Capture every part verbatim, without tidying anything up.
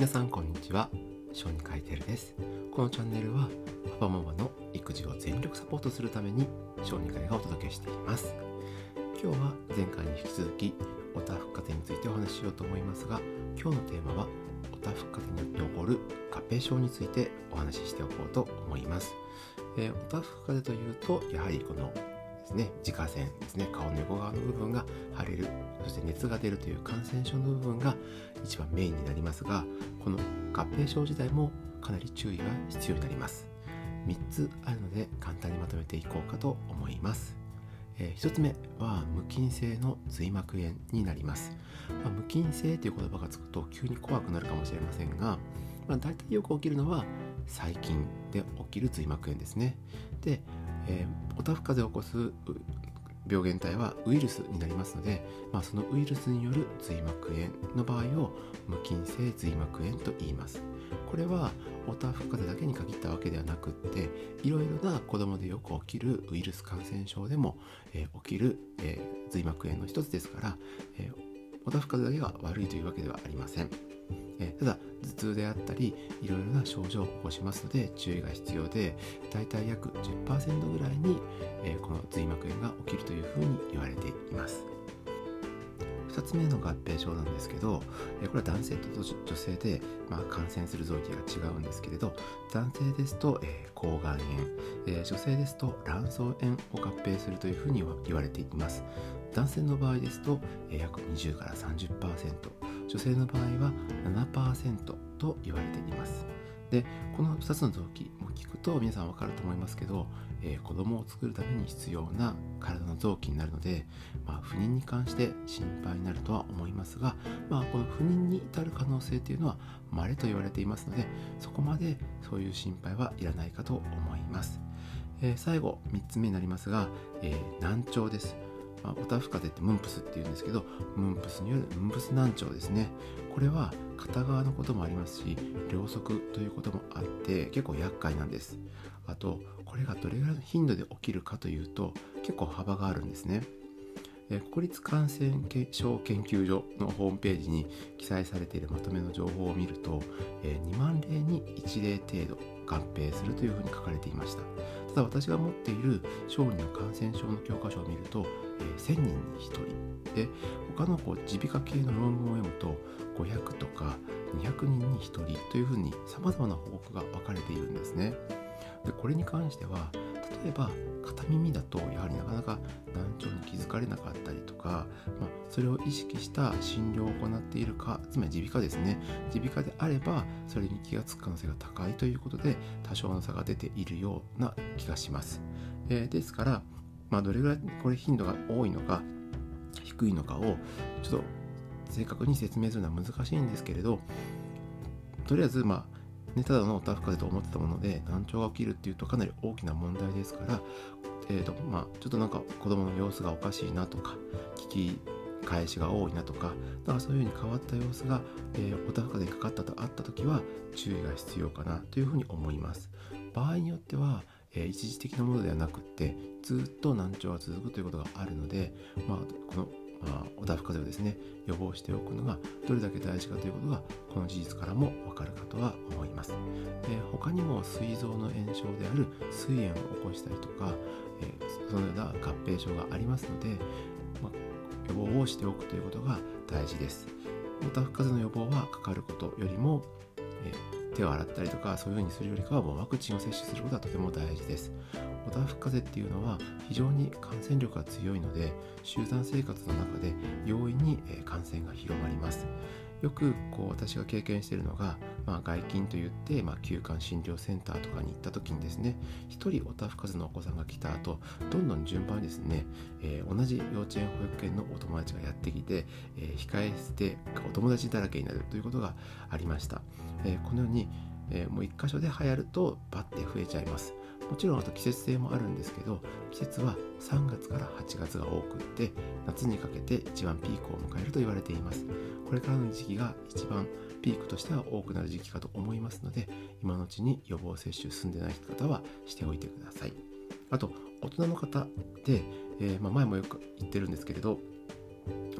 皆さんこんにちは、小児科医てるです。このチャンネルはパパママの育児を全力サポートするために小児科医がお届けしています。今日は前回に引き続きおたふく風邪についてお話ししようと思いますが、今日のテーマはおたふく風邪によって起こる合併症についてお話ししておこうと思います。えー、おたふく風邪というとやはりこのですね、自家腺ですね、顔の横側の部分が腫れる、そして熱が出るという感染症の部分が一番メインになりますが、この合併症自体もかなり注意が必要になります。みっつあるので簡単にまとめていこうかと思います。えー、ひとつめは無菌性の髄膜炎になります。まあ、無菌性という言葉がつくと急に怖くなるかもしれませんが、まあ、大体よく起きるのは細菌で起きる髄膜炎ですね。で、えー、おたふく風邪を起こす病原体はウイルスになりますので、まあ、そのウイルスによる髄膜炎の場合を無菌性髄膜炎と言います。これはおたふく風邪だけに限ったわけではなくって、いろいろな子供でよく起きるウイルス感染症でも、えー、起きる、えー、髄膜炎の一つですから、えー、おたふく風邪だけが悪いというわけではありません。えー、ただ頭痛であったりいろいろな症状を起こしますので注意が必要で、だいたい約 じゅっパーセント ぐらいに、えー、この髄膜炎が起きるというふうに言われています。ふたつめの合併症なんですけど、えー、これは男性と女性で、まあ、感染する臓器が違うんですけれど、男性ですと、えー、抗がん炎、えー、女性ですと卵巣炎を合併するというふうに言われています。男性の場合ですと、えー、約にじゅうから さんじゅっパーセント、女性の場合は ななパーセント と言われています。で、このふたつの臓器も聞くと皆さんわかると思いますけど、えー、子供を作るために必要な体の臓器になるので、まあ、不妊に関して心配になるとは思いますが、まあ、この不妊に至る可能性というのは稀と言われていますので、そこまでそういう心配はいらないかと思います。えー、最後みっつめになりますが、えー、難聴です。まあ、おたふく風邪ってムンプスっていうんですけど、ムンプスによるムンプス難聴ですね。これは片側のこともありますし、両側ということもあって結構厄介なんです。あとこれがどれぐらいの頻度で起きるかというと結構幅があるんですね。え国立感染症研究所のホームページに記載されているまとめの情報を見ると、えにまんれいにいちれい程度合併するというふうに書かれていました。ただ私が持っている小児の感染症の教科書を見ると、えー、せんにんにひとりで、他のこう耳鼻科系の論文を読むとごひゃくとかにひゃくにんにひとりというふうに様々な報告が分かれているんですね。で、これに関しては例えば片耳だとやはりなかなか難聴に気づかれなかったりとか、まあ、それを意識した診療を行っているか、つまり耳鼻科ですね、耳鼻科であればそれに気がつく可能性が高いということで多少の差が出ているような気がします。えー、ですから、まあ、どれぐらいこれ頻度が多いのか低いのかをちょっと正確に説明するのは難しいんですけれど、とりあえずまあね、ただのおたふく風邪と思ってたもので難聴が起きるっていうとかなり大きな問題ですから、えーとまあ、ちょっとなんか子供の様子がおかしいなとか聞き返しが多いなとか、だからそういうふうに変わった様子が、えー、おたふく風邪にかかったとあった時は注意が必要かなというふうに思います。場合によっては、えー、一時的なものではなくってずっと難聴が続くということがあるので、まあ、このまあ、おたふく風邪をですね予防しておくのがどれだけ大事かということがこの事実からもわかるかとは思います。えー、他にも膵臓の炎症である膵炎を起こしたりとか、えー、そのような合併症がありますので、まあ、予防をしておくということが大事です。おたふく風邪の予防はかかることよりも、えー、手を洗ったりとかそういうふうにするよりかはもうワクチンを接種することはとても大事です。おたふく風邪っていうのは非常に感染力が強いので、集団生活の中で容易に感染が広まります。よくこう私が経験しているのが、まあ、外勤といって、まあ、休館診療センターとかに行った時にですね、一人おたふく風邪のお子さんが来た後、どんどん順番にですね、えー、同じ幼稚園保育園のお友達がやってきて、えー、控え室でお友達だらけになるということがありました。えー、このように、えー、もう一箇所で流行るとバッて増えちゃいます。もちろんあと季節性もあるんですけど、季節はさんがつからはちがつが多くって、夏にかけて一番ピークを迎えると言われています。これからの時期が一番ピークとしては多くなる時期かと思いますので、今のうちに予防接種済んでない方はしておいてください。あと大人の方で、えーまあ、前もよく言ってるんですけれど、あの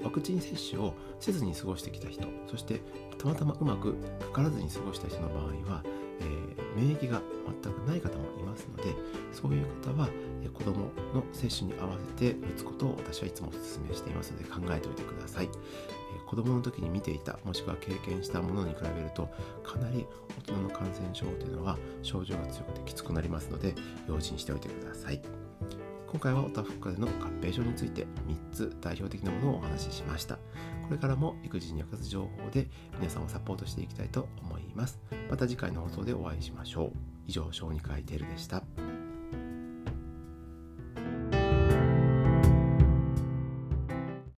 ワクチン接種をせずに過ごしてきた人、そしてたまたまうまくかからずに過ごした人の場合は、えー、免疫が全くない方もいますので、そういう方は、えー、子どもの接種に合わせて打つことを私はいつもお勧めしていますので、考えておいてください。えー、子どもの時に見ていた、もしくは経験したものに比べると、かなり大人の感染症というのは症状が強くてきつくなりますので、用心しておいてください。今回はおたふく風邪の合併症についてみっつ代表的なものをお話ししました。これからも育児に役立つ情報で皆さんをサポートしていきたいと思います。また次回の放送でお会いしましょう。以上、小児科医テルでした。